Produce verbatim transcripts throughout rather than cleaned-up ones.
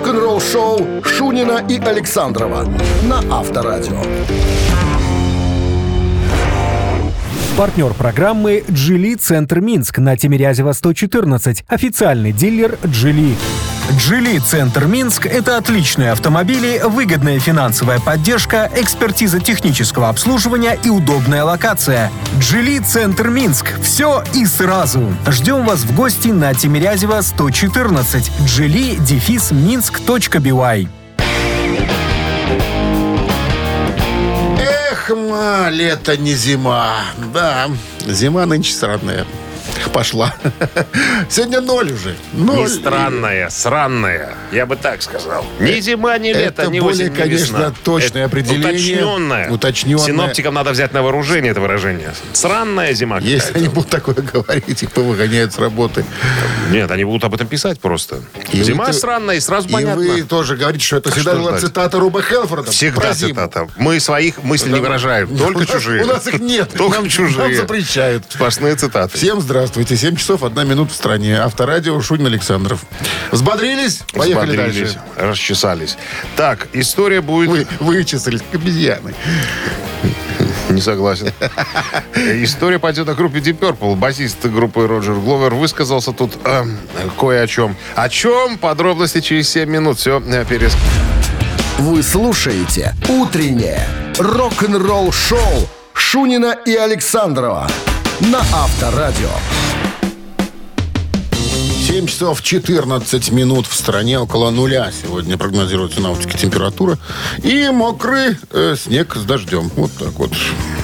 Рок-н-ролл-шоу Шунина и Александрова на Авторадио. Партнер программы «Джили Центр Минск» на Тимирязева сто четырнадцать. Официальный дилер «Джили». «Джили Центр Минск» — это отличные автомобили, выгодная финансовая поддержка, экспертиза технического обслуживания и удобная локация. «Джили Центр Минск» — все и сразу. Ждем вас в гости на Тимирязева сто четырнадцать. джили дефис минск точка би уай. Эх, ма, лето не зима. Да, зима нынче странная. Пошла. Сегодня ноль уже. Ноль. Не странная, сранная. Я бы так сказал. Ни зима, ни лето, это ни более, осень, ни конечно, весна. точное Это определение. Уточненное. Уточненное. Синоптикам надо взять на вооружение это выражение. Сранная зима какая-то. Если они будут такое говорить, их повыгоняют с работы. Нет, они будут об этом писать просто. И Зима вы, сранная, и сразу и понятно. вы тоже говорите, что это А всегда что была ждать? цитата Руба Хелфорда. Всегда про зиму. цитата. Мы своих мыслей не выражаем, только у нас, чужие. У нас их нет. Только нам, чужие. Нам запрещают. Сплошные цитаты. Всем здравствуйте. семь часов, одна минута в стране. Авторадио, Шунин, Александров. Взбодрились? Поехали Взбодрились, дальше. расчесались. Так, история будет... Вы вычесались, как обезьяны. Не согласен. История пойдет о группе Deep Purple. Басист группы Роджер Гловер высказался тут э, кое о чем. О чем? Подробности через семь минут. Все, э, перес... Вы слушаете «Утреннее рок-н-ролл-шоу» Шунина и Александрова на Авторадио. семь часов четырнадцать минут в стране, около нуля. Сегодня прогнозируется синоптики температура. И мокрый э, снег с дождем. Вот так вот.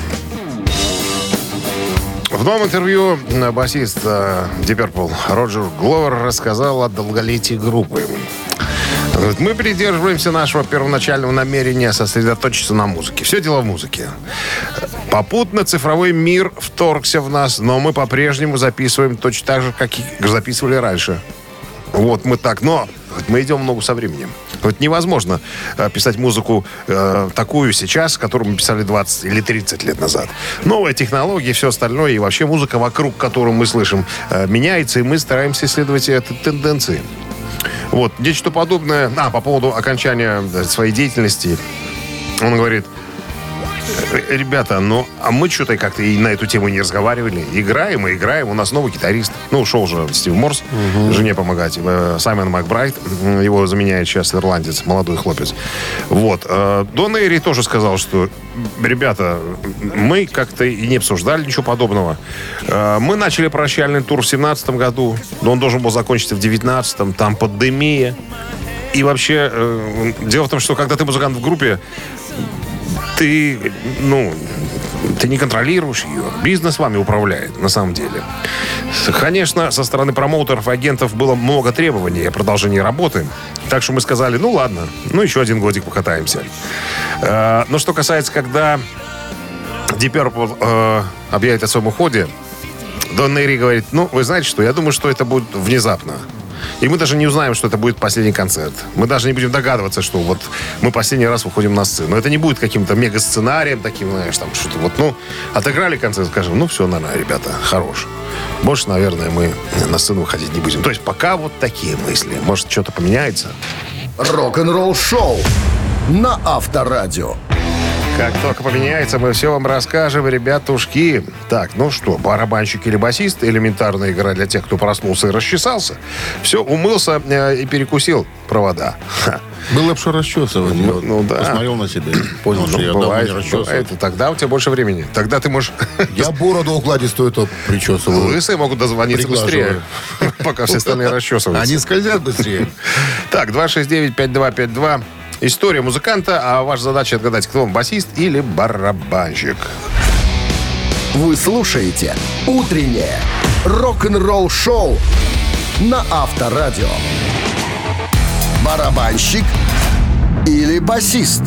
В новом интервью басист э, Deep Purple Роджер Гловер рассказал о долголетии группы. Говорит, мы придерживаемся нашего первоначального намерения сосредоточиться на музыке. Все дело в музыке. Попутно цифровой мир вторгся в нас, но мы по-прежнему записываем точно так же, как и записывали раньше. Вот мы так, но мы идем в ногу со временем. Вот невозможно э, писать музыку э, такую сейчас, которую мы писали двадцать или тридцать лет назад. Новые технологии, все остальное, и вообще музыка, вокруг которой мы слышим, э, меняется, и мы стараемся исследовать этой тенденции. Вот, нечто подобное. А, по поводу окончания своей деятельности, он говорит: ребята, ну, а мы что-то как-то и на эту тему не разговаривали. Играем и играем. У нас новый гитарист. Ну, ушел же Стив Морс, угу. жене помогать. Саймон Макбрайт, его заменяет сейчас ирландец, молодой хлопец. Вот. Дон Эйри тоже сказал, что, ребята, мы как-то и не обсуждали ничего подобного. Мы начали прощальный тур в семнадцатом году, но он должен был закончиться в девятнадцатом. Там пандемия. И вообще, э, дело в том, что когда ты музыкант в группе, ты, ну, ты не контролируешь ее. Бизнес вами управляет, на самом деле. Конечно, со стороны промоутеров и агентов было много требований о продолжении работы. Так что мы сказали, ну ладно, ну еще один годик покатаемся. Э, но что касается, когда Deep Purple э, объявит о своем уходе, Дон Эйри говорит, ну, вы знаете что, я думаю, что это будет внезапно. И мы даже не узнаем, что это будет последний концерт. Мы даже не будем догадываться, что вот мы последний раз выходим на сцену. Это не будет каким-то мега-сценарием таким, знаешь, там что-то вот, ну, отыграли концерт, скажем, ну, все, нормально, ребята, хорош. Больше, наверное, мы на сцену выходить не будем. То есть пока вот такие мысли. Может, что-то поменяется? Рок-н-ролл-шоу на Авторадио. Как только поменяется, мы все вам расскажем, ребятушки. Так, ну что, барабанщик или басист? Элементарная игра для тех, кто проснулся и расчесался. Все, умылся э, и перекусил провода. Ха. Было бы что расчесывать. Ну, ну да. Посмотрел на себя, понял, Ну, что я бывает, давно не расчесывал. бывает. И тогда у тебя больше времени. Тогда ты можешь... Я бороду укладистую то причесываю. Лысые могут дозвониться быстрее, пока все остальные расчесываются. Они скользят быстрее. Так, два шесть девять пять два пять два. История музыканта, а ваша задача отгадать, кто он, басист или барабанщик. Вы слушаете «Утреннее рок-н-ролл-шоу» на Авторадио. Барабанщик или басист?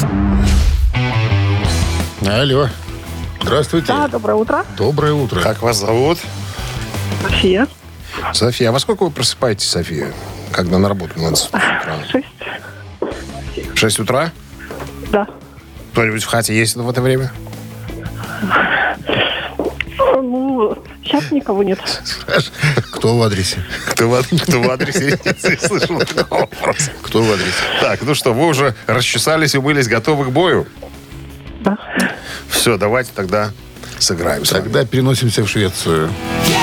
Алло. Здравствуйте. Да, доброе утро. Доброе утро. Как вас зовут? София. София. А во сколько вы просыпаетесь, София? Когда на работу надо с утра? Шесть. В шесть утра? Да. Кто-нибудь в хате есть в это время? Ну, сейчас никого нет. Кто в адресе? Кто в, кто в адресе? Я слышал такой вопрос. Кто в адресе? Так, ну что, вы уже расчесались, умылись, готовы к бою? Да. Все, давайте тогда сыграем с вами. Тогда переносимся в Швецию.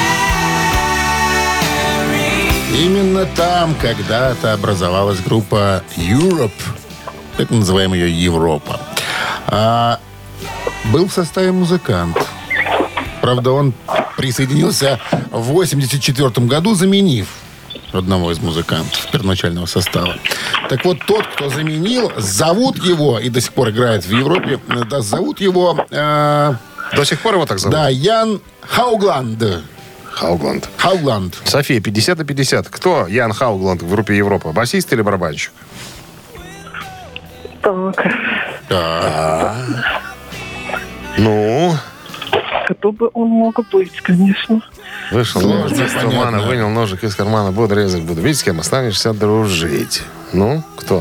Именно там когда-то образовалась группа Europe, так называем ее Европа. А, был в составе музыкант. Правда, он присоединился в восемьдесят четвёртом году, заменив одного из музыкантов первоначального состава. Так вот, тот, кто заменил, зовут его, и до сих пор играет в Европе, да, зовут его... Э, До сих пор его так зовут? да, Ян Хаугланд. Хаугланд. Хаугланд. София, пятьдесят на пятьдесят. Кто Ян Хаугланд в группе Европа? Басист или барабанщик? Так, Ну, кто бы он мог быть, конечно. вышел Сложно, ножик из тумана, понятно. вынял ножик из кармана, буду резать, буду. Видите, с кем останешься дружить? Ну, кто?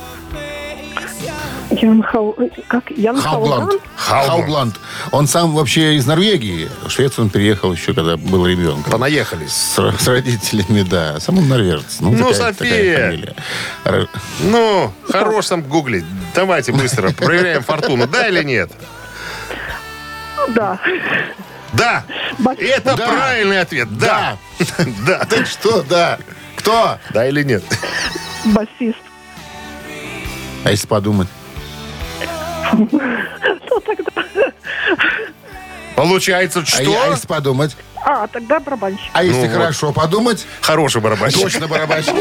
Ян Хау... Как? Ян Хаугланд. Хаугланд? Хаугланд. Он сам вообще из Норвегии. В Швецию он переехал еще, когда был ребенком. Понаехались. С, с родителями, да. Сам он норвежец. Ну, такая- София! такая фамилия. Р- Ну, хорош там гуглить. Давайте быстро проверяем фортуну. Да или нет? Да. Да! Бас- Это Да. правильный ответ. Да. Да. Так что, да. Кто? Да или нет? Басист. А если подумать? Ну, тогда... Получается, А, что? я- а если подумать? А, тогда барабанщик. А если Ну, хорошо подумать? Хороший барабанщик. Точно барабанщик.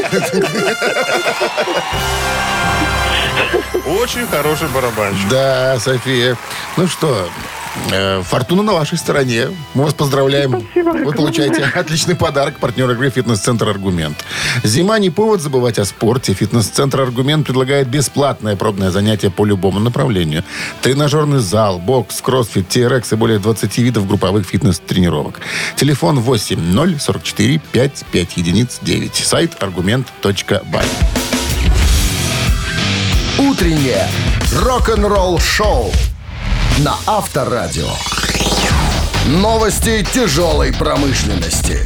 Очень хороший барабанщик. Да, София. Ну что, э, фортуна на вашей стороне. Мы вас поздравляем. Спасибо. Вы получаете отличный подарок. Партнер игры «Фитнес-центр Аргумент». Зима не повод забывать о спорте. «Фитнес-центр Аргумент» предлагает бесплатное пробное занятие по любому направлению. Тренажерный зал, бокс, кроссфит, ти эр экс и более двадцати видов групповых фитнес-тренировок. Телефон восемь ноль сорок четыре пять пять единиц девять. Сайт аргумент точка бай. Утреннее рок-н-ролл-шоу на Авторадио. Новости тяжелой промышленности.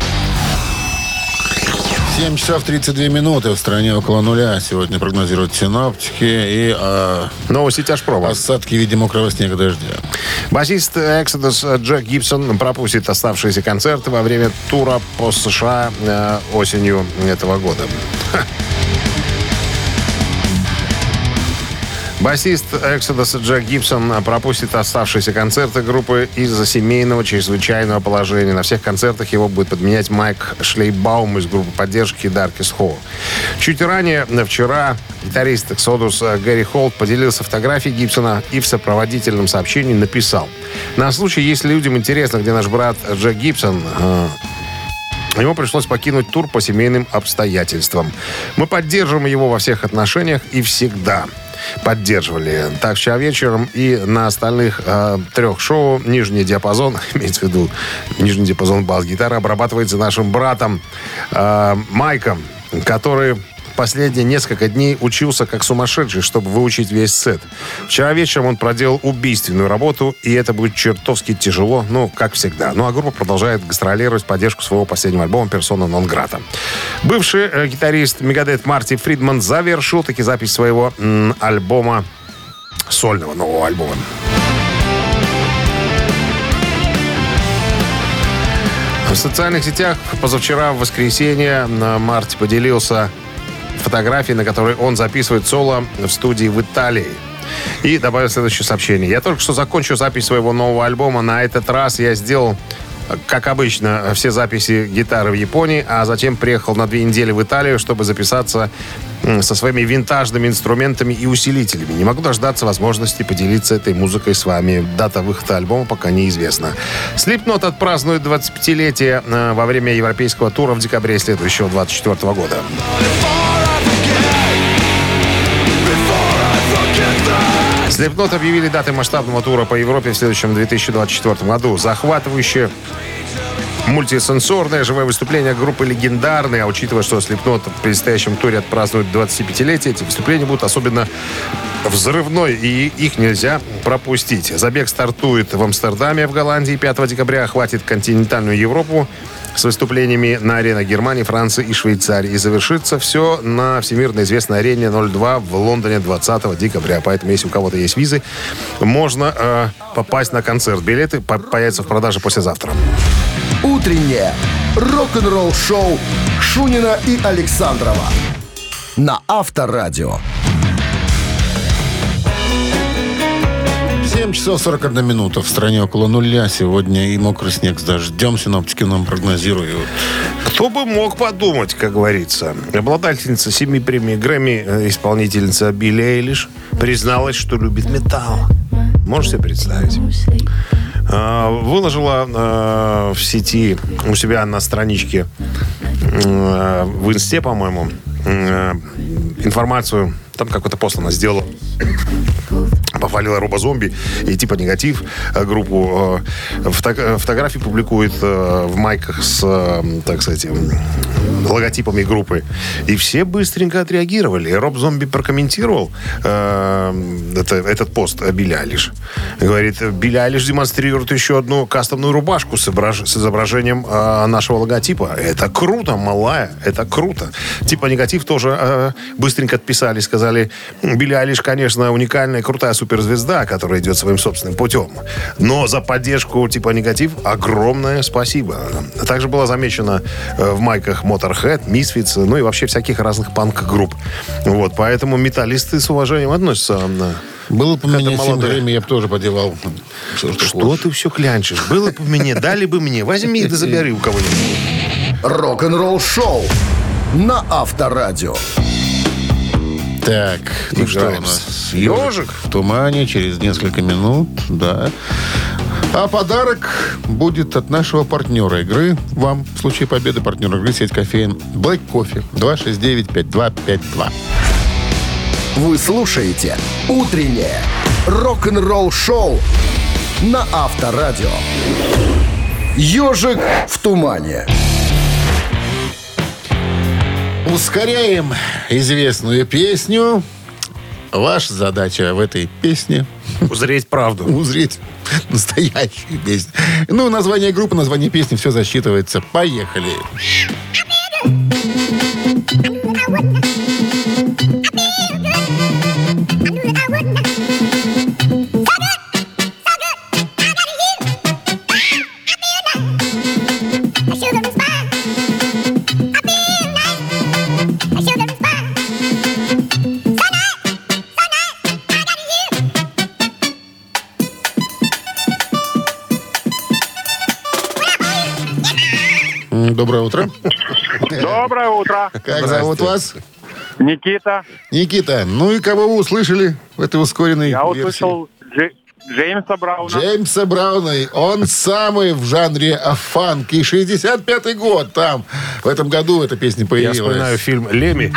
семь часов тридцать две минуты. В стране около нуля. Сегодня прогнозируют синоптики. И э, Новости тяжпрома. осадки в виде мокрого снега, дождя. Басист Exodus Джек Гибсон пропустит оставшиеся концерты во время тура по США э, осенью этого года. Ха. Басист Exodus Джек Гибсон пропустит оставшиеся концерты группы из-за семейного чрезвычайного положения. На всех концертах его будет подменять Майк Шлейбаум из группы поддержки Darkest Hole. Чуть ранее, вчера, гитарист Exodus Гэри Холт поделился фотографией Гибсона и в сопроводительном сообщении написал: «На случай, если людям интересно, где наш брат Джек Гибсон, э, ему пришлось покинуть тур по семейным обстоятельствам. Мы поддерживаем его во всех отношениях и всегда поддерживали. Так, вчера вечером и на остальных э, трех шоу нижний диапазон, имеется в виду нижний диапазон бас-гитары, обрабатывается нашим братом э, Майком, который последние несколько дней учился как сумасшедший, чтобы выучить весь сет. Вчера вечером он проделал убийственную работу, и это будет чертовски тяжело, ну, как всегда. Ну, а группа продолжает гастролировать в поддержку своего последнего альбома «Persona non grata». Бывший э, гитарист Megadeth Марти Фридман завершил таки запись своего м, альбома, сольного нового альбома. В социальных сетях позавчера, в воскресенье, Марти поделился фотографии, на которой он записывает соло в студии в Италии. И добавил следующее сообщение. «Я только что закончу запись своего нового альбома. На этот раз я сделал, как обычно, все записи гитары в Японии, а затем приехал на две недели в Италию, чтобы записаться со своими винтажными инструментами и усилителями. Не могу дождаться возможности поделиться этой музыкой с вами. Дата выхода альбома пока неизвестна». Slipknot отпразднует двадцатипятилетие во время европейского тура в декабре следующего двадцать четвёртого года. Slipknot объявили даты масштабного тура по Европе в следующем две тысячи двадцать четвёртом году. Захватывающее мультисенсорное живое выступление группы легендарные. А учитывая, что Slipknot в предстоящем туре отпразднует двадцатипятилетие, эти выступления будут особенно взрывной, и их нельзя пропустить. Забег стартует в Амстердаме, в Голландии, пятого декабря, охватит континентальную Европу с выступлениями на аренах Германии, Франции и Швейцарии. И завершится все на всемирно известной арене ноль два в Лондоне двадцатого декабря. Поэтому, если у кого-то есть визы, можно э, попасть на концерт. Билеты по- появятся в продаже послезавтра. Утреннее рок-н-ролл-шоу Шунина и Александрова на Авторадио. семь часов сорок одна минута. В стране около нуля сегодня и мокрый снег с дождем. Синоптики нам прогнозируют. Кто бы мог подумать, как говорится. Обладательница семи премий Грэмми, исполнительница Билли Эйлиш, призналась, что любит металл. Можете себе представить? Выложила в сети у себя на страничке в Инсте, по-моему, информацию. Там какой-то пост она сделала. Похвалила Робозомби и типа негатив группу. Фото- фотографии публикует в майках с, так сказать, логотипами группы. И все быстренько отреагировали. Роб Зомби прокомментировал э, это, этот пост Билли Айлиш. Говорит, Билли Айлиш демонстрирует еще одну кастомную рубашку с, изображ... с изображением э, нашего логотипа. Это круто, малая. Это круто. Типа негатив тоже э, быстренько отписали. Сказали, Билли Айлиш, конечно, уникальная, крутая суперзвезда, которая идет своим собственным путем. Но за поддержку типа негатив огромное спасибо. Также было замечено э, в майках Motorhead, Misfits, ну и вообще всяких разных панк-групп. Вот, поэтому металлисты с уважением относятся. Было бы у меня Это семь молодое. время, я бы тоже подевал. Все, что Что хочешь. ты все клянчишь? Было бы мне, дали бы мне. Возьми да забери у кого-нибудь. Рок-н-ролл-шоу на Авторадио. Так, ну что у Играем нас? с «Ежик» в тумане через несколько минут, да. А подарок будет от нашего партнера игры. Вам в случае победы партнера игры сеть кофеин Black Coffee два шесть девять пять два пять два. Вы слушаете «Утреннее рок-н-ролл-шоу» на Авторадио. «Ежик в тумане». Ускоряем известную песню. Ваша задача в этой песне Узреть правду. узреть настоящую песню. Ну, название группы, название песни, все засчитывается. Поехали. М, Доброе утро. Доброе утро. Как зовут вас? Никита. Никита. Ну и кого вы услышали в этой ускоренной Я версии? услышал Дж- Джеймса Брауна. Джеймса Брауна. Он самый в жанре фанк. И шестьдесят пятый год там. В этом году эта песня Я появилась. вспоминаю фильм «Леми».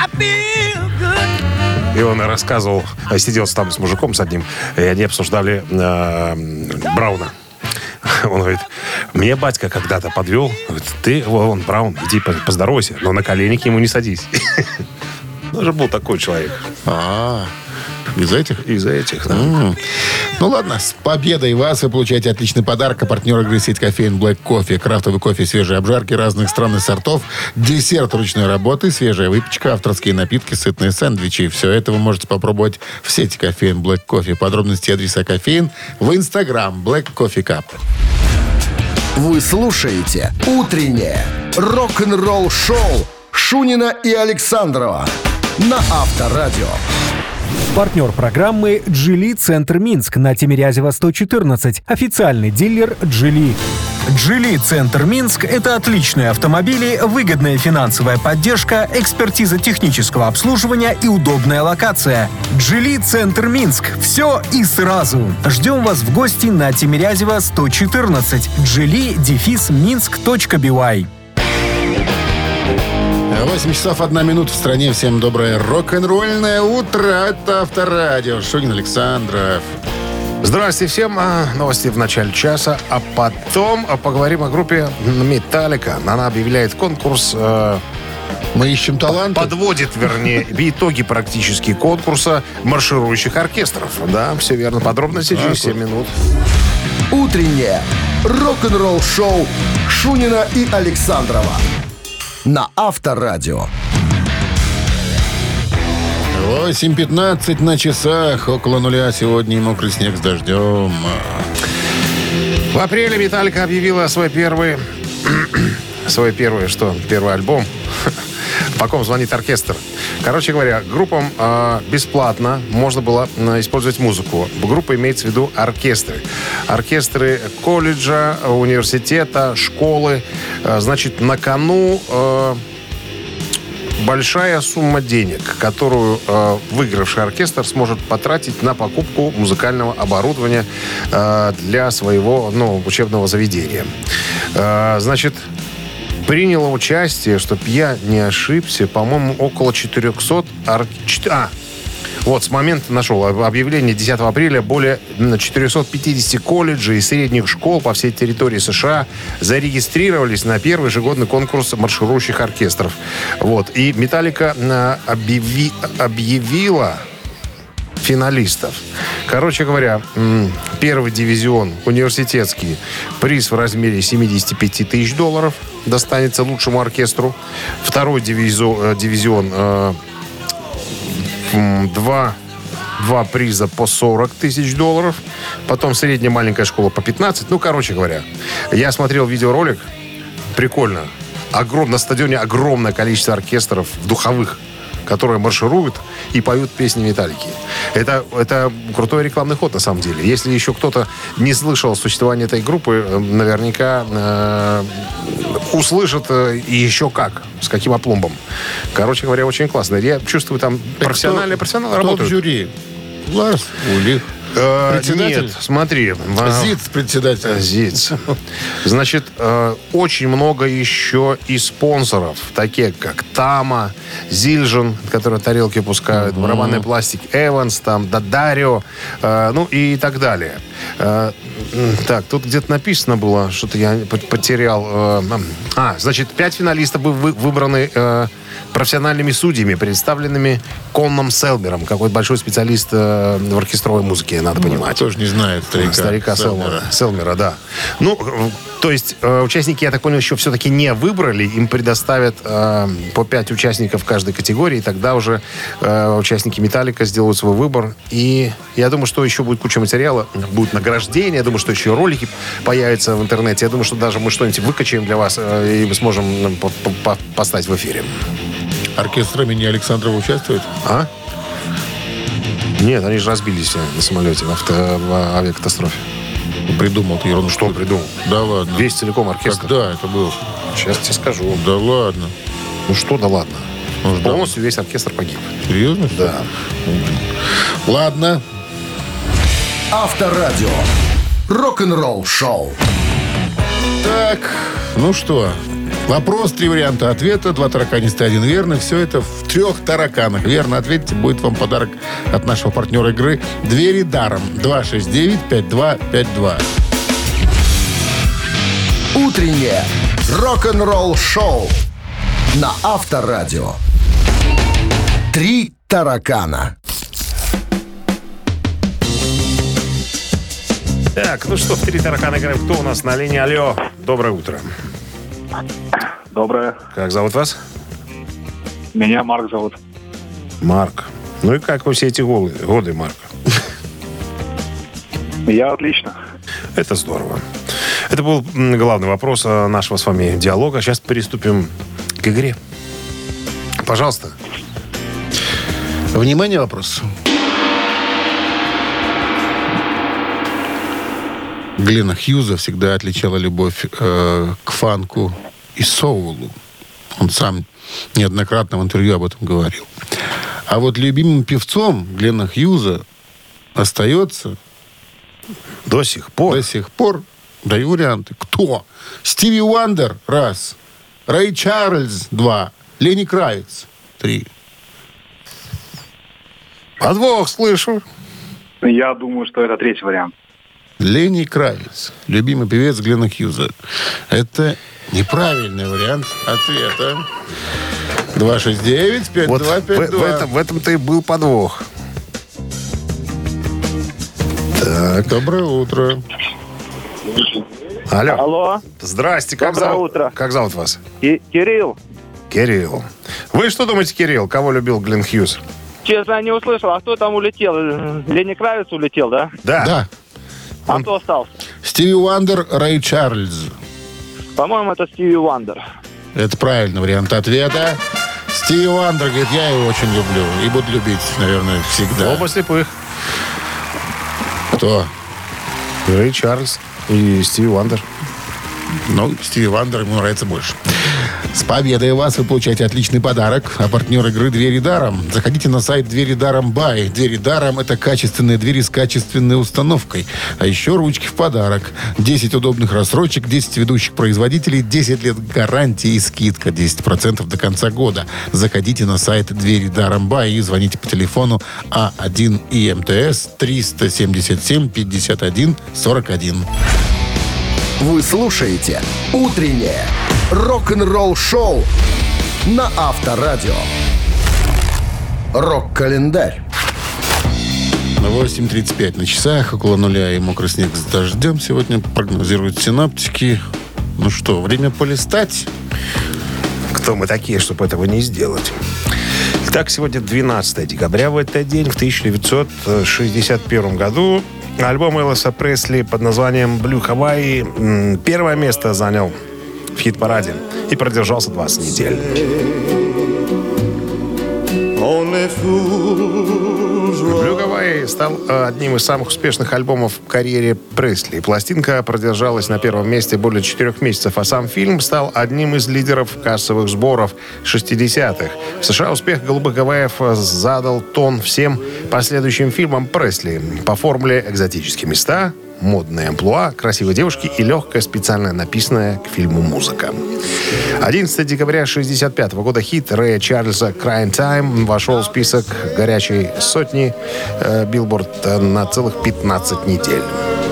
И он рассказывал, а, сиделся там с мужиком с одним, и они обсуждали э, Брауна. Он говорит, мне батька когда-то подвел, говорит, ты, вон, Браун, иди по- поздоровайся, но на колени к нему не садись. Ну, же был такой человек. А, из этих? Из-за этих, да. М. Ну ладно, с победой вас. Вы получаете отличный подарок. А партнер игры сеть кофеин Black Coffee. Крафтовый кофе, свежие обжарки разных стран и сортов, десерт ручной работы, свежая выпечка, авторские напитки, сытные сэндвичи. Все это вы можете попробовать в сети кофеин Black Coffee. Подробности и адреса кофеин в Instagram Black Coffee Cup. Вы слушаете «Утреннее рок-н-ролл-шоу» Шунина и Александрова на Авторадио. Партнер программы «Джили Центр Минск» на Тимирязева сто четырнадцать. Официальный дилер «Джили». «Джили Центр Минск» — это отличные автомобили, выгодная финансовая поддержка, экспертиза технического обслуживания и удобная локация. «Джили Центр Минск» — все и сразу. Ждем вас в гости на Тимирязева сто четырнадцать. джили дефис минск точка би уай. восемь часов одна минута в стране. Всем доброе рок-н-ролльное утро. Это Авторадио. Шунин Александров. Здрасте всем. А, Новости в начале часа. А потом а, поговорим о группе «Металлика». Она объявляет конкурс... э, Мы ищем таланты. Подводит, вернее, итоги практически конкурса марширующих оркестров. Да, все верно. Подробности через семь минут. Утреннее рок-н-ролл-шоу Шунина и Александрова на Авторадио. восемь пятнадцать на часах. Около нуля сегодня и мокрый снег с дождем. В апреле «Металлика» объявила свой первый... свой первый, что? Первый альбом. По ком звонит оркестр. Короче говоря, группам э, бесплатно можно было э, использовать музыку. Группа имеется в виду оркестры. Оркестры колледжа, университета, школы. Э, значит, на кону э, большая сумма денег, которую э, выигравший оркестр сможет потратить на покупку музыкального оборудования э, для своего ну, учебного заведения. Э, значит... Приняло участие, чтоб я не ошибся, по-моему, около четыреста... Ор... А, вот, с момента нашел объявление десятого апреля более четыреста пятьдесят колледжей и средних школ по всей территории США зарегистрировались на первый ежегодный конкурс марширующих оркестров. Вот. И «Металлика» объяви... объявила финалистов. Короче говоря, первый дивизион университетский, приз в размере семьдесят пять тысяч долларов достанется лучшему оркестру. Второй дивизион, дивизион э, два, два приза по сорок тысяч долларов. Потом средняя маленькая школа по пятнадцать. Ну, короче говоря, я смотрел видеоролик. Прикольно. Огром... На стадионе огромное количество оркестров духовых, которые маршируют и поют песни «Металлики». Это, это крутой рекламный ход, на самом деле. Если еще кто-то не слышал о существовании этой группы, наверняка э, услышит э, и еще как. С каким опломбом. Короче говоря, очень классно. Я чувствую, там Так профессиональные кто, профессионалы кто работают. в жюри? Ларс Улих. Э, Председатель? Нет, смотри. Зиц председатель. Зиц. Значит, э, очень много еще и спонсоров, такие как Тама, Зильжен, которые тарелки пускают, uh-huh. барабанный пластик, Эванс, там, Дадарио, э, ну и так далее. Э, так, тут где-то написано было, что-то я потерял. Э, а, значит, пять финалистов вы, выбраны э, профессиональными судьями, представленными Конном Селмером, какой-то большой специалист э, в оркестровой музыке, надо понимать. Тоже не знает старика. Старика Селмера. Селмера. Селмера, да. Ну, то есть э, участники, я так понял, еще все-таки не выбрали. Им предоставят э, по пять участников в каждой категории. И тогда уже э, участники «Металлика» сделают свой выбор. И я думаю, что еще будет куча материала. Будет награждение. Я думаю, что еще ролики появятся в интернете. Я думаю, что даже мы что-нибудь выкачаем для вас. Э, и мы сможем э, по- по- поставить в эфире. Оркестр имени Александрова участвует? А? Нет, они же разбились на самолете в, авто, в авиакатастрофе. Придумал ты ерунду. Что придумал? Да ладно. Весь целиком оркестр. Когда это было? Сейчас тебе скажу. Да ладно. Ну что, да ладно. Ну, да. Полностью весь оркестр погиб. Серьезно? что ли? Да. Ладно. Авторадио. Рок-н-ролл-шоу. Так, ну что, вопрос, три варианта ответа, два тараканиста, один верный. Все это в трех тараканах. Верно ответите, будет вам подарок от нашего партнера игры «Двери даром». два шесть девять пять два пять два. Утреннее рок-н-ролл-шоу на Авторадио. Три таракана. Так, ну что, в три таракана играем. Кто у нас на линии? Алло, доброе утро. Доброе. Как зовут вас? Меня Марк зовут. Марк. Ну и как вы все эти годы, годы Марк? Я отлично. Это здорово. Это был м, главный вопрос э, нашего с вами диалога. Сейчас приступим к игре. Пожалуйста. Внимание, вопрос. Глена Хьюза всегда отличала любовь э, к фанку и соулу. Он сам неоднократно в интервью об этом говорил. А вот любимым певцом Глена Хьюза остается До сих пор. до сих пор. Даю варианты. Кто? Стиви Уандер. Раз. Рэй Чарльз. Два. Лени Кравиц. Три. Подвох слышу. Я думаю, что это третий вариант. Lenny Kravitz, любимый певец Гленна Хьюза. Это неправильный вариант ответа. два шесть девять пять Вот два в, пять в два. этом, в этом-то и был подвох. Так. Доброе утро. Алло. Алло, Здрасте. Как Доброе зовут? утро. Как зовут вас? Ки- Кирилл. Кирилл. Вы что думаете, Кирилл? Кого любил Глен Хьюз? Честно, не услышал. А кто там улетел? Ленни Кравиц улетел, да? Да. Да. А кто остался? Стиви Уандер, Рэй Чарльз. По-моему, это Стиви Уандер. Это правильный вариант ответа. Стиви Уандер говорит, я его очень люблю. И буду любить, наверное, всегда. Оба слепых. Кто? Рэй Чарльз и Стиви Уандер. Ну, Стиви Вандер ему нравится больше. С победой вас! Вы получаете отличный подарок. А партнер игры «Двери даром». Заходите на сайт «Двери даром бай». «Двери даром» — это качественные двери с качественной установкой. А еще ручки в подарок. десять удобных рассрочек, десять ведущих производителей, десять лет гарантии и скидка десять процентов до конца года. Заходите на сайт «Двери даром бай» и звоните по телефону А один И М Т С триста семьдесят семь пятьдесят один сорок один. Вы слушаете «Утреннее рок-н-ролл-шоу» на Авторадио. Рок-календарь. восемь тридцать пять на часах, около нуля и мокрый снег с дождем. Сегодня прогнозируют синаптики. Ну что, время полистать? Кто мы такие, чтобы этого не сделать? Итак, сегодня двенадцатое декабря. В этот день, в тысяча девятьсот шестьдесят первом году, альбом Элвиса Пресли под названием «Blue Hawaii» первое место занял в хит-параде и продержался двадцать недель. «Blue Hawaii» стал э, одним из самых успешных альбомов в карьере Пресли. Пластинка продержалась на первом месте более четырех месяцев, а сам фильм стал одним из лидеров кассовых сборов шестидесятых. В США успех «Голубых Гавайев» задал тон всем последующим фильмам Пресли. По формуле экзотические места, модные амплуа, красивые девушки и легкая специально написанная к фильму музыка. одиннадцатое декабря шестьдесят пятого года хит Рэя Чарльза «Crying Time» вошел в список горячей сотни э, Билборд э, на целых пятнадцать недель.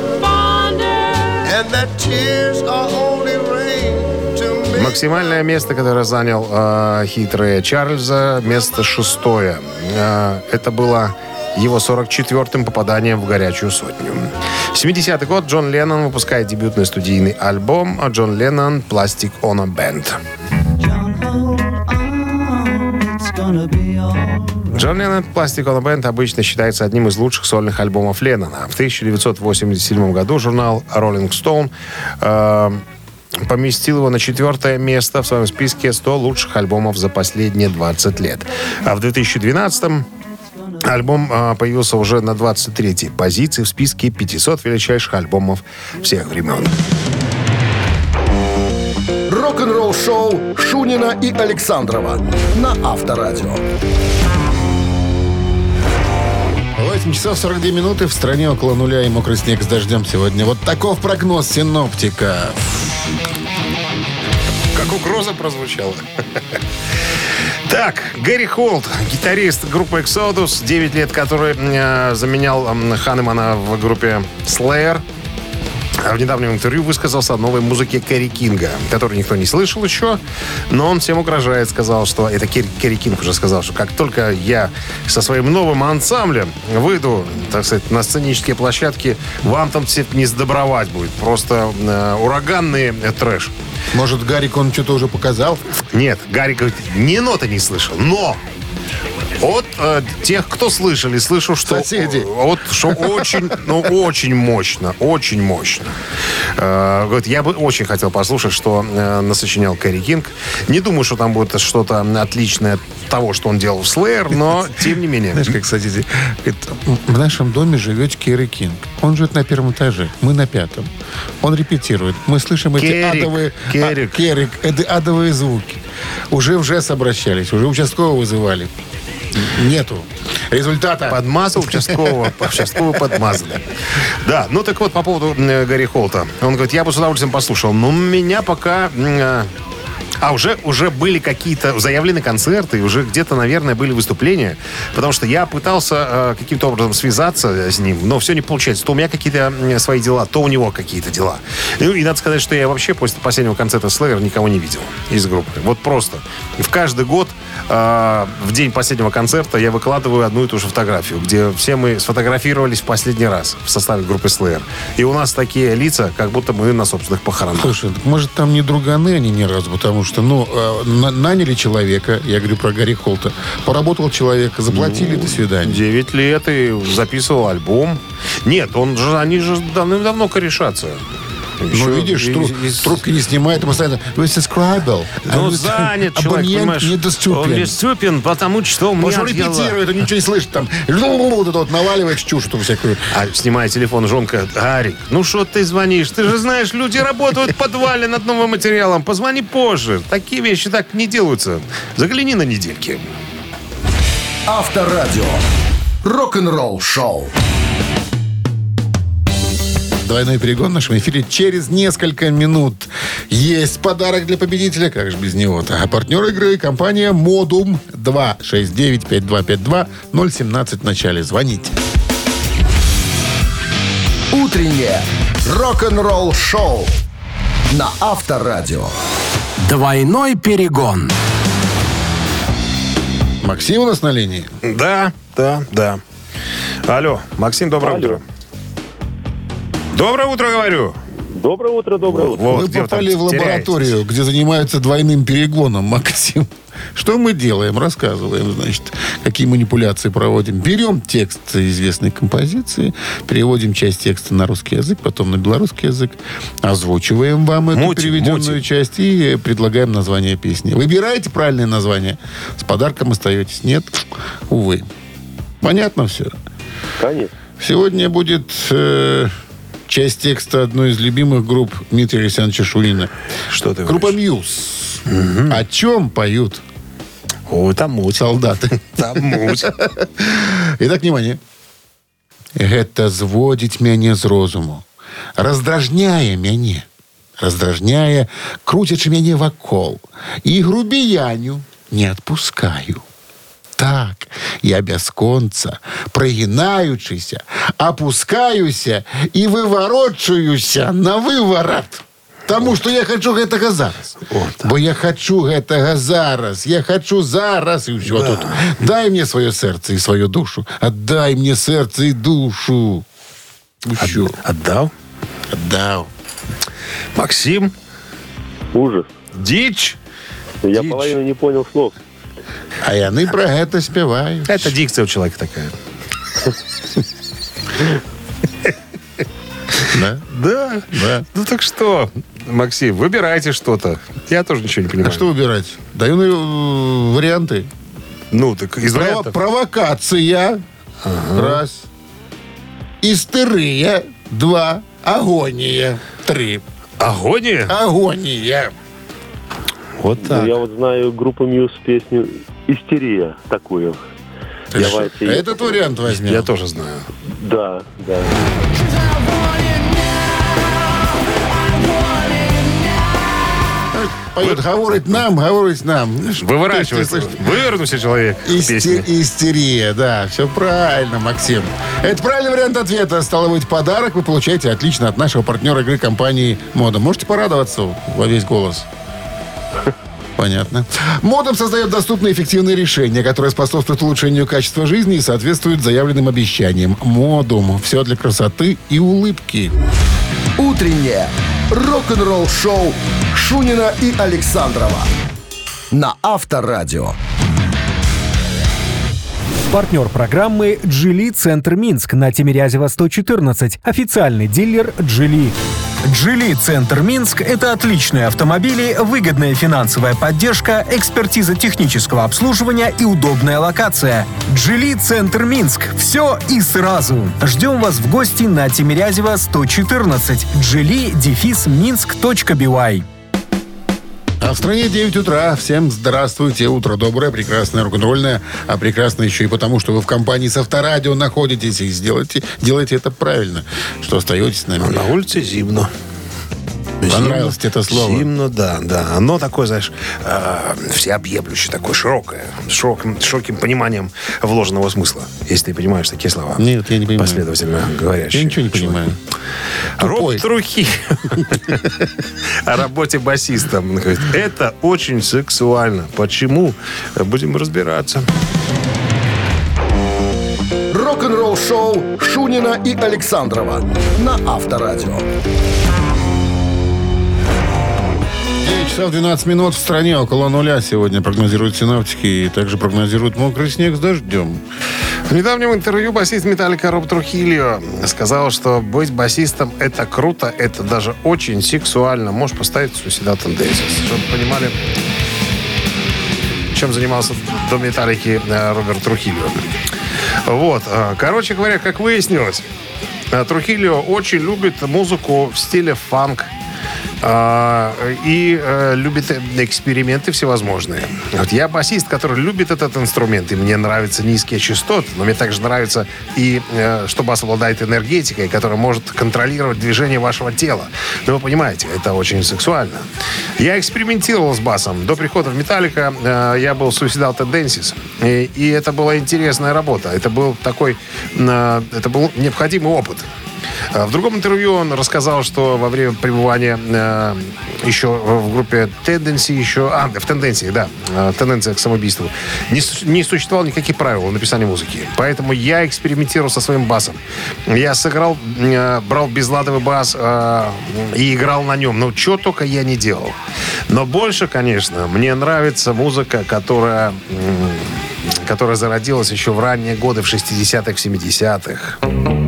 Максимальное место, которое занял э, хит Рэя Чарльза, место шестое. Э, это было его сорок четвёртым попаданием в горячую сотню. семидесятый год. Джон Леннон выпускает дебютный студийный альбом «Джон Леннон Plastic on a Band». Джон Леннон Plastic on a Band обычно считается одним из лучших сольных альбомов Леннона. В тысяча девятьсот восемьдесят седьмом году журнал Rolling Stone э, поместил его на четвертое место в своем списке сто лучших альбомов за последние двадцать лет. А в две тысячи двенадцатом альбом э, появился уже на двадцать третьей позиции в списке пятисот величайших альбомов всех времен. Рок-н-ролл-шоу Шунина и Александрова на Авторадио. восемь часов сорок две минуты. В стране около нуля и мокрый снег с дождем сегодня. Вот таков прогноз синоптика. Как угроза прозвучала. Так, Гэри Холт, гитарист группы Exodus, девять лет, который э, заменял э, Ханемана в группе Slayer, в недавнем интервью высказался о новой музыке Керри Кинга, которую никто не слышал еще, но он всем угрожает. Сказал, что... Это Керри, Керри Кинг уже сказал, что как только я со своим новым ансамблем выйду, так сказать, на сценические площадки, вам там все не сдобровать будет. Просто э, ураганный э, трэш. Может, Гарик, он что-то уже показал? Нет, Гарри говорит, ни ноты не слышал, но... От э, тех, кто слышали, слышу, что... Соседи. Вот, что очень, ну, очень мощно, очень мощно. Э, говорит, я бы очень хотел послушать, что э, насочинял Керри Кинг. Не думаю, что там будет что-то отличное от того, что он делал в Slayer, но тем не менее. Знаешь, как соседи? Говорит, в нашем доме живет Керри Кинг. Он живет на первом этаже, мы на пятом. Он репетирует. Мы слышим эти Керрик, адовые... Керрик. А, Керрик, эти адовые звуки. Уже в ЖЭС обращались, уже участкового вызывали. Нету результата. Подмазал участкового, участкового подмазали. Да, ну так вот, по поводу э, Гэри Холта. Он говорит, я бы с удовольствием послушал, но меня пока... Э, А уже, уже были какие-то заявлены концерты, и уже где-то, наверное, были выступления. Потому что я пытался э, каким-то образом связаться с ним, но все не получается. То у меня какие-то э, свои дела, то у него какие-то дела. И, и надо сказать, что я вообще после последнего концерта Slayer никого не видел из группы. Вот просто. В каждый год э, в день последнего концерта я выкладываю одну и ту же фотографию, где все мы сфотографировались в последний раз в составе группы Slayer. И у нас такие лица, как будто мы на собственных похоронах. Слушай, так может там не друганы они ни разу, потому что, ну, э, на- наняли человека, я говорю про Гарри Холта, поработал человек, заплатили, до свидания. Девять лет и записывал альбом. Нет, он же, они же давным-давно корешатся. Ну, Еще видишь, и- тру- и- трубки не снимает, ему постоянно «Вы subscribed». Ну, занят человек, понимаешь. Он недоступен. недоступен, потому что у меня Может, он дела. репетирует, он ничего не слышит, там, вот это вот наваливает чушь эту всякую. А снимая телефон, жонка: Гарик, ну что ты звонишь? Ты же знаешь, люди работают в подвале над новым материалом. Позвони позже. Такие вещи так не делаются. Загляни на недельки. Авторадио. Рок-н-ролл шоу. Двойной перегон в нашем эфире через несколько минут. Есть подарок для победителя, как же без него-то. А партнер игры — компания «Модум». два шесть девять пять два пять два ноль семнадцать в начале. Звоните. Утреннее рок-н-ролл шоу на Авторадио. Двойной перегон. Максим у нас на линии. Да, да, да. Алло, Максим, доброе Алло. утро. Доброе утро, говорю. Доброе утро, доброе утро. Вот, Вы где вы там попали в теряетесь? лабораторию, где занимаются двойным перегоном, Максим. Что мы делаем? Рассказываем, значит, какие манипуляции проводим. Берем текст известной композиции, переводим часть текста на русский язык, потом на белорусский язык, озвучиваем вам эту Мутим, переведенную мутим. часть и предлагаем название песни. Выбираете правильное название, с подарком остаетесь. Нет, увы. Понятно все? Конечно. Сегодня будет э, часть текста одной из любимых групп Дмитрия Александровича Шурина. Что ты Группа говоришь? «Мьюз». О чем поют Ой, там муть. солдаты? Там муть. Итак, внимание. Гэта зводить мяне з розуму, раздражняе мяне, раздражняе, крутячи мяне вакол, і грубіяню не отпускаю. Так, я бясконца, прыгінаючыся, опускаюся і выварочаюся на выворот. Таму, што я хочу гэтага зараз. Бо я хочу гэтага зараз. Я хочу зараз. І ўсё тут. Дай мне свое сэрца і свою душу. Отдай мне сэрца і душу. Усё. Отдал? Отдал. Максим, Ужас. дичь. Я Дичь. половину не понял слов. А яны про гэта спяваюць. Это дикция у человека такая. Да? Да? Да. Ну так что, Максим, выбирайте что-то. Я тоже ничего не понимаю. А что выбирать? Даю э, варианты. Ну, так из Прово- вариантов. провокация. Раз. Истерия. Два. Агония. Три. Агония? Агония. Вот Ну, так. я вот знаю группу Мьюз песню «Истерия» такую. Давайте. Этот вариант возьмем. Я тоже знаю. Да, да. Поет, говорит нам, говорит нам. Выворачивается. Слышь, слышь, Вывернулся человек. в песне. Исти- истерия, да, все правильно, Максим. Это правильный вариант ответа. Стало быть, подарок вы получаете отлично от нашего партнера игры компании «Мода». Можете порадоваться во весь голос. Понятно. Модум создает доступные и эффективные решения, которые способствуют улучшению качества жизни и соответствуют заявленным обещаниям. Модум. Все для красоты и улыбки. Утреннее рок-н-ролл-шоу Шунина и Александрова на Авторадио. Партнер программы «Джили Центр Минск» на Тимирязева сто четырнадцать. Официальный дилер «Джили». «Джили Центр Минск» — это отличные автомобили, выгодная финансовая поддержка, экспертиза технического обслуживания и удобная локация. «Джили Центр Минск» — все и сразу. Ждем вас в гости на Тимирязева сто четырнадцать. джили дефис минск точка би уай. А в стране девять утра. Всем здравствуйте. Утро доброе, прекрасное, рок-н-ролльное. А прекрасно еще и потому, что вы в компании с Авторадио находитесь. И сделайте, делайте это правильно, что остаетесь с нами. А на улице зимно. Понравилось тебе это слово? Зимно, да, да. Оно такое, знаешь, э, всеобъемлющее, такое широкое, с широким, широким пониманием вложенного смысла, если ты понимаешь такие слова. Нет, я не понимаю. Последовательно говорящие. Я ничего не понимаю. Роб Трухи о работе басистом. Он говорит, это очень сексуально. Почему? Будем разбираться. Рок-н-ролл шоу Шунина и Александрова на Авторадио. девять часов двенадцать минут в стране, около нуля сегодня прогнозируют синоптики и также прогнозируют мокрый снег с дождем. В недавнем интервью басист Металлика Роб Трухильо сказал, что быть басистом — это круто, это даже очень сексуально. Можешь поставить Suicidal Tendencies, чтобы понимали, чем занимался до Металлики Роберт Трухильо. Вот. Короче говоря, как выяснилось, Трухильо очень любит музыку в стиле фанк. А, и а, любит эксперименты всевозможные. Вот я басист, который любит этот инструмент, и мне нравятся низкие частоты, но мне также нравится и а, что бас обладает энергетикой, которая может контролировать движение вашего тела. Ну, вы понимаете, это очень сексуально. Я экспериментировал с басом. До прихода в Металлика а, я был Suicidal Tendencies, и, и это была интересная работа. Это был такой, а, это был необходимый опыт. В другом интервью он рассказал, что во время пребывания э, еще в группе Tendency, еще, а, в Тенденции, да, тенденция к самоубийству, не, не существовало никаких правил написания музыки. Поэтому я экспериментировал со своим басом. Я сыграл, э, брал безладовый бас э, и играл на нем. Но что только я не делал. Но больше, конечно, мне нравится музыка, которая, э, которая зародилась еще в ранние годы, в шестидесятых, в семидесятых.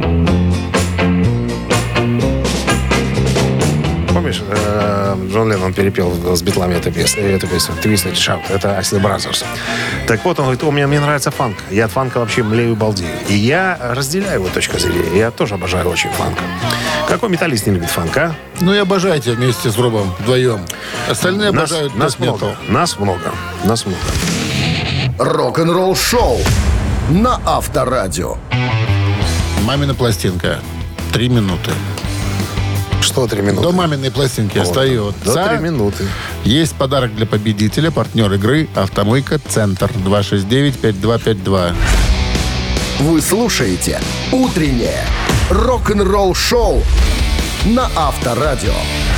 Помнишь, Джон Леннон перепел с Битлами эту песню, эту песню «Twisted Shout». Это Isley Brothers. Так вот, он говорит, у меня мне нравится фанк. Я от фанка вообще млею и балдею. И я разделяю его точку зрения. Я тоже обожаю очень фанк. Какой металлист не любит фанк, а? Ну и обожайте вместе с Робом вдвоем. Остальные Нас, обожают нас много. метал. Нас много. Нас много. Рок-н-ролл шоу на Авторадио. Мамина пластинка. Три минуты. Что три минуты? До маминой пластинки Вот. остается. До три минуты. Есть подарок для победителя. Партнер игры «Автомойка Центр». два шесть девять пять два пять два. Вы слушаете «Утреннее рок-н-ролл шоу» на Авторадио.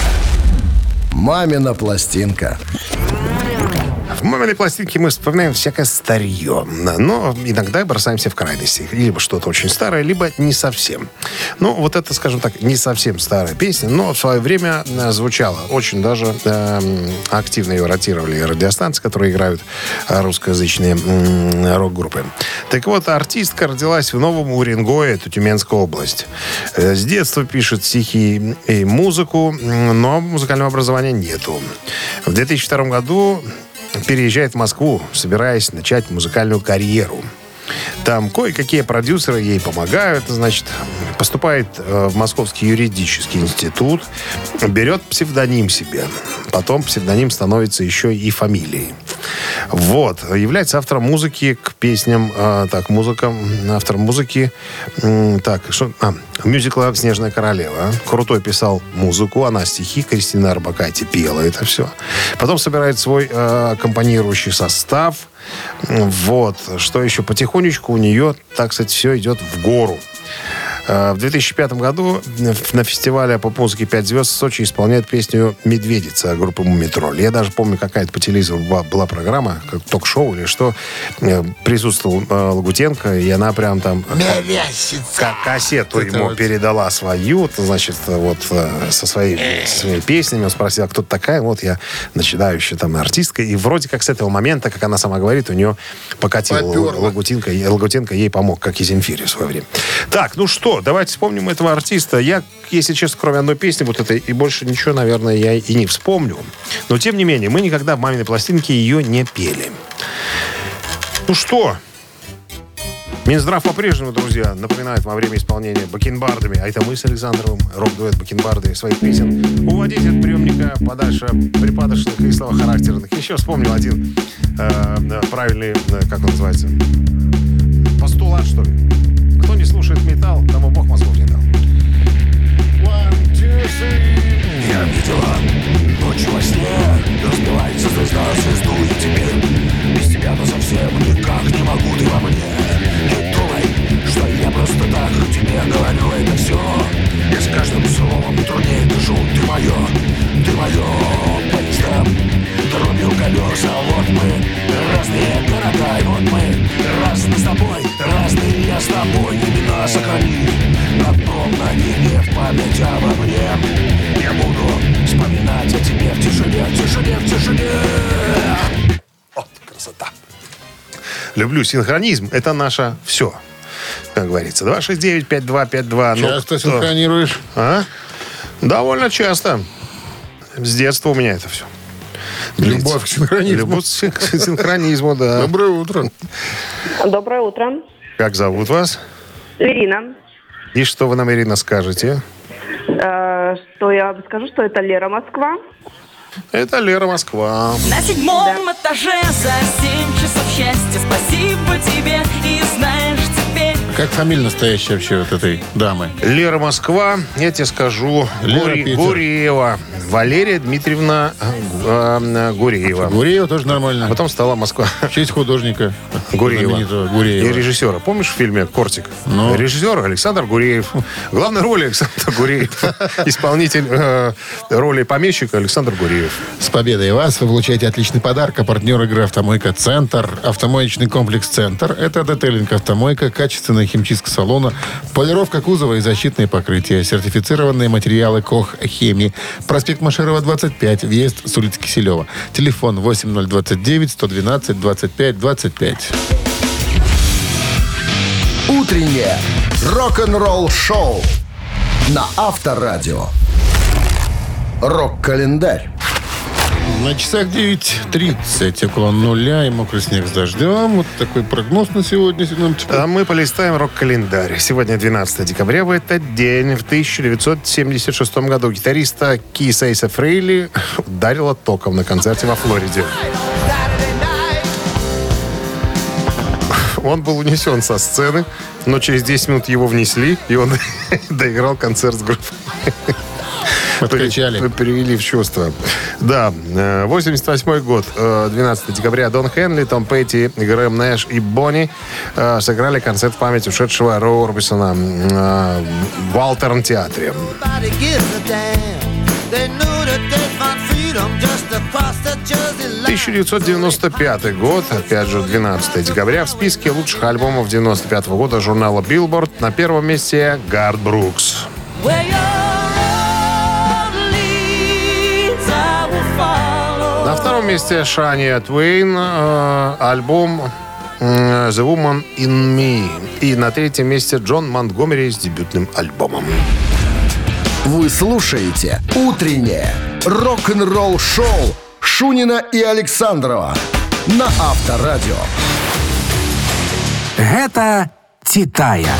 «Мамина пластинка». В маминой пластинке мы вспоминаем всякое старье, но иногда бросаемся в крайности. Либо что-то очень старое, либо не совсем. Ну, вот это, скажем так, не совсем старая песня, но в свое время звучала. Очень даже э, активно ее ротировали радиостанции, которые играют русскоязычные э, рок-группы. Так вот, артистка родилась в Новом Уренгое, это Тюменская область. С детства пишет стихи и музыку, но музыкального образования нету. В две тысячи втором году переезжает в Москву, собираясь начать музыкальную карьеру. Там кое-какие продюсеры ей помогают, значит, поступает в Московский юридический институт, берет псевдоним себе. Потом псевдоним становится еще и фамилией. Вот. Является автором музыки к песням, э, так, музыка, автором музыки, э, так, что, а, мюзикла «Снежная королева». Крутой писал музыку, она стихи, Кристина Орбакайте пела это все. Потом собирает свой э, аккомпанирующий состав. Вот. Что еще? Потихонечку у нее, так сказать, все идет в гору. В две тысячи пятом году на фестивале поп-музыки «Пять звезд» в Сочи исполняет песню «Медведица» группы «Мумитроль». Я даже помню, какая-то по телевизору была, была программа, как ток-шоу или что. Присутствовал э, Лагутенко, и она прям там к- кассету Это ему вот. передала свою, значит, вот э, со, своей, со своими песнями. Он спросил, а кто ты такая? Вот я начинающая там артистка. И вроде как с этого момента, как она сама говорит, у нее покатил Попёрло. Лагутенко. И Лагутенко ей помог, как и Земфире в свое время. Так, ну что, давайте вспомним этого артиста. Я, если честно, кроме одной песни вот этой, и больше ничего, наверное, я и не вспомню. Но, тем не менее, мы никогда в маминой пластинке ее не пели. Ну что, Минздрав по-прежнему, друзья, напоминает во время исполнения бакенбардами, а это мы с Александровым, рок-дуэт бакенбарды своих песен, уводить от приемника подальше припадочных и слабохарактерных. Еще вспомнил один э, правильный, э, как он называется, постулат, что ли. Кто не слушает металл, тому Бог мозгов не дал. One, two, three. я видела ночью во сне. Разбивается звезда звезду, и теперь без тебя-то совсем никак не могу, ты во мне. Не думай, что я просто так тебе говорю это все. Я с каждым словом труднее дышу. Ты мое, ты мое поезда дробью колеса. Вот мы, разные города, и вот мы разные с тобой, разные я с тобой. Имена сохрани, напомни мне в память обо мне. Я буду вспоминать о тебе в тишине, в тишине, в тишине. Вот красота. Люблю синхронизм. Это наше все, как говорится. два шесть девять пять два пять два. Часто синхронируешь? А? Довольно часто. С детства у меня это все. Любовь к синхронизму. Любовь к синхронизму, да. Доброе утро. Доброе утро. Как зовут вас? Ирина. И что вы нам, Ирина, скажете? Э, что я вам скажу, что это Лера Москва. Это Лера Москва. На седьмом этаже за семь часов счастья. Спасибо тебе, и знаешь теперь. Как фамилия настоящая вообще вот этой дамы? Лера Москва, я тебе скажу, Лера Гури- Питер. Гуреева. Валерия Дмитриевна э, Гуреева. Гуреева тоже нормально. Потом стала Москва. В честь художника Гуреева. знаменитого И Гуреева. режиссера. Помнишь в фильме «Кортик»? Ну. Режиссер Александр Гуреев. Главная роль Александр Гуреев. Исполнитель э, роли помещика Александр Гуреев. С победой вас! Вы получаете отличный подарок. А партнер игры «Автомойка Центр». Автомоечный комплекс «Центр» — это детейлинг «Автомойка», качественная химчистка салона, полировка кузова и защитные покрытия, сертифицированные материалы «Кох Хеми». Проспект Машерова, двадцать пять, въезд с улицы Киселева. Телефон восемь ноль двадцать девять сто двенадцать двадцать пять двадцать пять. Утреннее рок-н-ролл-шоу на Авторадио. Рок-календарь. На часах девять тридцать, около нуля, и мокрый снег с дождем. Вот такой прогноз на сегодня. А мы полистаем рок-календарь. Сегодня двенадцатое декабря. В этот день, в тысяча девятьсот семьдесят шестом году, гитариста Кис Эйса Фрейли ударило током на концерте во Флориде. Он был унесен со сцены, но через десять минут его внесли, и он доиграл концерт с группой. Подкачали. Привели в чувство. Да, восемьдесят восьмой год, двенадцатое декабря. Дон Хенли, Том Петти, Грэм Нэш и Бонни сыграли концерт в память ушедшего Роу Орбисона в Алтерн-театре. тысяча девятьсот девяносто пятый год, опять же, двенадцатое декабря. В списке лучших альбомов девяносто пятого года журнала Billboard на первом месте Гарт Брукс. На втором месте Шания Твейн, э, альбом э, The Woman in Me. И на третьем месте Джон Монтгомери с дебютным альбомом. Вы слушаете «Утреннее рок-н-ролл-шоу» Шунина и Александрова на Авторадио. Гэта «Титая».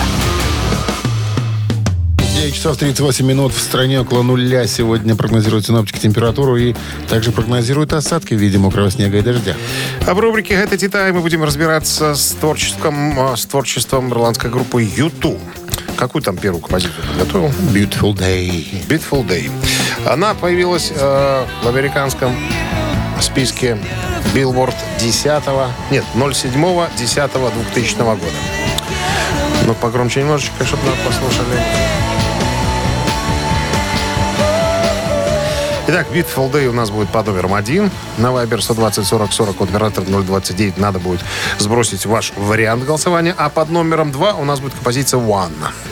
девять часов тридцать восемь минут в стране, около нуля. Сегодня прогнозируют синоптики температуру и также прогнозируют осадки в виде мокрого снега и дождя. А в рубрике «Это Титай» мы будем разбираться с творчеством, с творчеством ирландской группы ю ту. Какую там первую композицию подготовил? Beautiful Day. Beautiful Day. Она появилась э, в американском списке Billboard десятого, нет, ноль седьмого десятого двухтысячного года. Ну, погромче немножечко, чтобы нас послушали. Итак, Beautiful Day у нас будет под номером один. На Viber сто двадцать сорок сорок, код оператор ноль двадцать девять. Надо будет сбросить ваш вариант голосования. А под номером два у нас будет композиция One.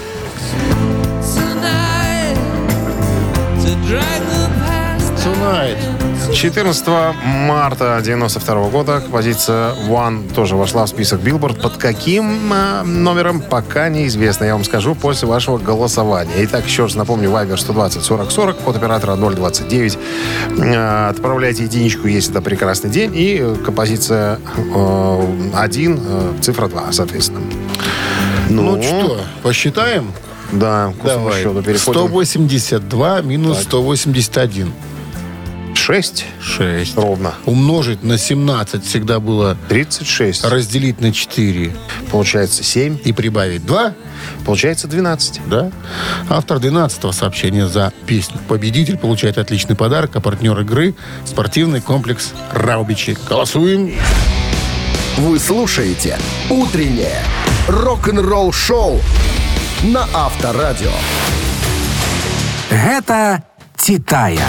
Tonight. четырнадцатого марта девяносто второго года композиция One тоже вошла в список Billboard. Под каким э, номером, пока неизвестно. Я вам скажу после вашего голосования. Итак, еще раз напомню, Viber сто двадцать сорок сорок, код оператора ноль двадцать девять. Э, отправляйте единичку, если это прекрасный день. И композиция э, один, э, цифра два, соответственно. Ну, ну что, посчитаем? Да, к Давай. счету переходим. сто восемьдесят два минус так. сто восемьдесят один. шесть. шесть. Ровно. Умножить на семнадцать всегда было тридцать шесть. разделить на четыре. Получается семь. И прибавить два. Получается двенадцать. Да. Автор двенадцатого сообщения за песню «Победитель» получает отличный подарок, а партнер игры – спортивный комплекс «Раубичи». Голосуем. Вы слушаете «Утреннее рок-н-ролл-шоу» на Авторадио. Гэта Титая.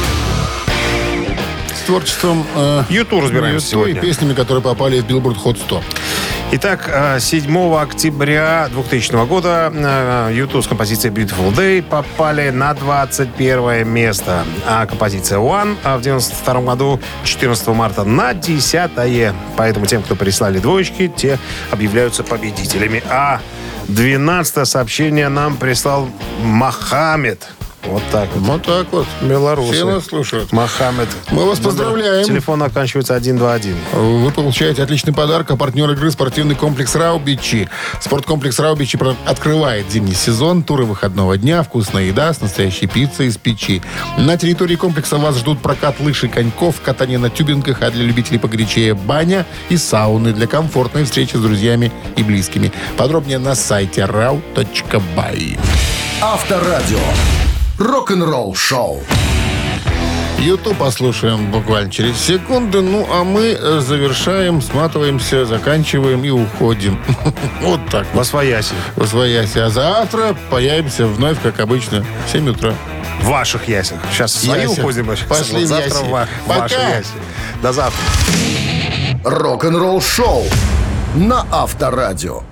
С творчеством э, Юту разбираемся Юту и сегодня. песнями, которые попали в Billboard Hot сто. Итак, седьмого октября двухтысячного года Юту с композицией Beautiful Day попали на двадцать первое место. А композиция One в девяносто втором году, четырнадцатого марта, на десятое. Поэтому тем, кто прислали двоечки, те объявляются победителями. А двенадцатое сообщение нам прислал Мохаммед. Вот так вот. Вот так вот. Белорусы. Все нас слушают. Мохаммед. Мы вас поздравляем. Телефон оканчивается сто двадцать один. Вы получаете отличный подарок, а партнер игры – спортивный комплекс «Раубичи». Спорткомплекс «Раубичи» открывает зимний сезон, туры выходного дня, вкусная еда с настоящей пиццей из печи. На территории комплекса вас ждут прокат лыж и коньков, катание на тюбингах, а для любителей погорячее баня и сауны для комфортной встречи с друзьями и близкими. Подробнее на сайте рау точка бай. Авторадио. Рок-н-ролл шоу. Ютуб послушаем буквально через секунду. Ну, а мы завершаем, сматываемся, заканчиваем и уходим. Вот так. Восвояси. Восвояси. А завтра появимся вновь, как обычно, в семь утра. В ваших ясях. Сейчас свои Яся. уходим. Пошли вот в завтра яси. в ва- Пока. ваши яси. До завтра. Рок-н-ролл шоу на Авторадио.